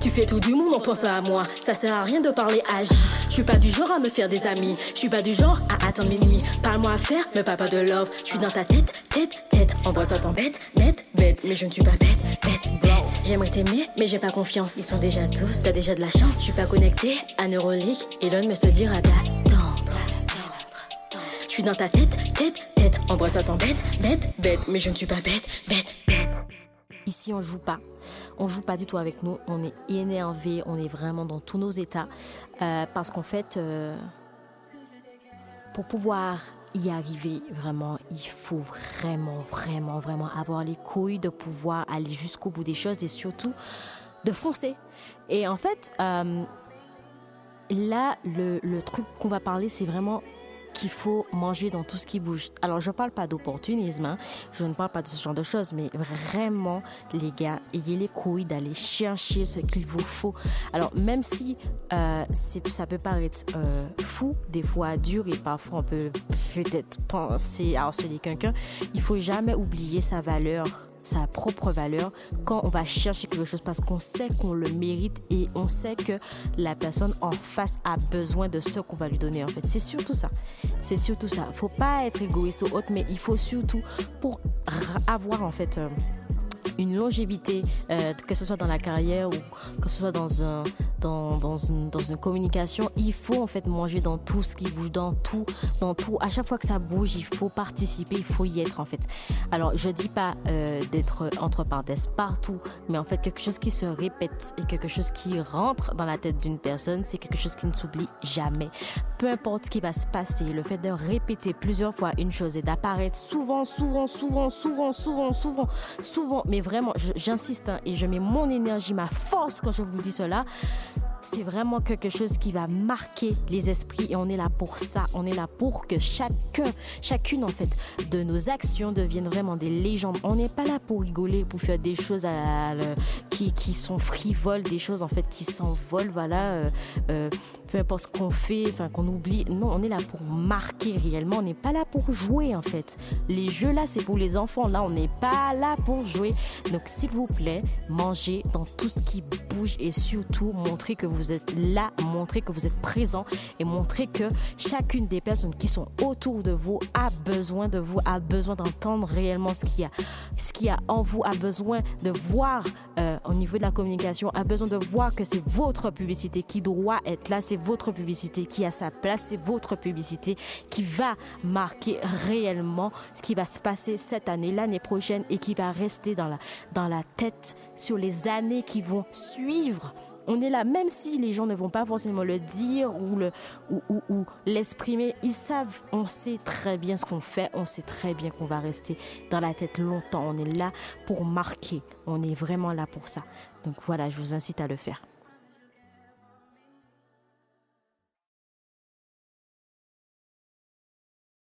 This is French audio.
Tu fais tout du monde en pensant à moi. Ça sert à rien de parler âge. Je suis pas du genre à me faire des amis. Je suis pas du genre à attendre minuit. Parle-moi à faire, mais pas de love. Je suis dans ta tête. En vrai ça t'embête, bête. Mais je ne suis pas bête. J'aimerais t'aimer, mais j'ai pas confiance. Ils sont déjà tous, t'as déjà de la chance. Je suis pas connecté à Neurolique. Elon me se dira d'attendre. Je suis dans ta tête. En vrai ça t'embête, bête. Mais je ne suis pas bête. Ici on joue pas du tout avec nous. On est énervé, on est vraiment dans tous nos états. Parce qu'en fait, pour pouvoir y arriver, vraiment, il faut vraiment avoir les couilles de pouvoir aller jusqu'au bout des choses et surtout de foncer. Et en fait, là, le truc qu'on va parler, c'est vraiment qu'il faut manger dans tout ce qui bouge. Alors, je ne parle pas d'opportunisme, hein. Je ne parle pas de ce genre de choses, mais vraiment, les gars, ayez les couilles d'aller chercher ce qu'il vous faut. Alors, même si ça peut paraître fou, des fois dur, et parfois on peut peut-être penser à harceler quelqu'un, il ne faut jamais oublier sa valeur, sa propre valeur quand on va chercher quelque chose, parce qu'on sait qu'on le mérite et on sait que la personne en face a besoin de ce qu'on va lui donner. En fait, c'est surtout ça. Faut pas être égoïste ou autre, mais il faut surtout, pour avoir en fait une longévité, que ce soit dans la carrière ou que ce soit dans une communication, il faut en fait manger dans tout ce qui bouge, dans tout. À chaque fois que ça bouge, il faut participer, il faut y être en fait. Alors, je dis pas d'être entre parenthèses partout, mais en fait quelque chose qui se répète et quelque chose qui rentre dans la tête d'une personne, c'est quelque chose qui ne s'oublie jamais. Peu importe ce qui va se passer, le fait de répéter plusieurs fois une chose et d'apparaître souvent, mais vraiment, j'insiste, hein, et je mets mon énergie, ma force quand je vous dis cela. C'est vraiment quelque chose qui va marquer les esprits et on est là pour ça. On est là pour que chacune en fait de nos actions deviennent vraiment des légendes. On n'est pas là pour rigoler, pour faire des choses qui sont frivoles, des choses en fait qui s'envolent, voilà. Peu importe ce qu'on fait, enfin qu'on oublie. Non, on est là pour marquer réellement. On n'est pas là pour jouer en fait. Les jeux là, c'est pour les enfants. Là, on n'est pas là pour jouer. Donc, s'il vous plaît, mangez dans tout ce qui bouge et surtout montrez que vous êtes là, montrez que vous êtes présent et montrez que chacune des personnes qui sont autour de vous a besoin de vous, a besoin d'entendre réellement ce qu'il y a en vous, a besoin de voir au niveau de la communication, a besoin de voir que c'est votre publicité qui doit être là, c'est votre publicité qui a sa place, c'est votre publicité qui va marquer réellement ce qui va se passer cette année, l'année prochaine et qui va rester dans la tête sur les années qui vont suivre. On est là, même si les gens ne vont pas forcément le dire ou l'exprimer, ils savent, on sait très bien ce qu'on fait, on sait très bien qu'on va rester dans la tête longtemps. On est là pour marquer, on est vraiment là pour ça. Donc voilà, je vous incite à le faire.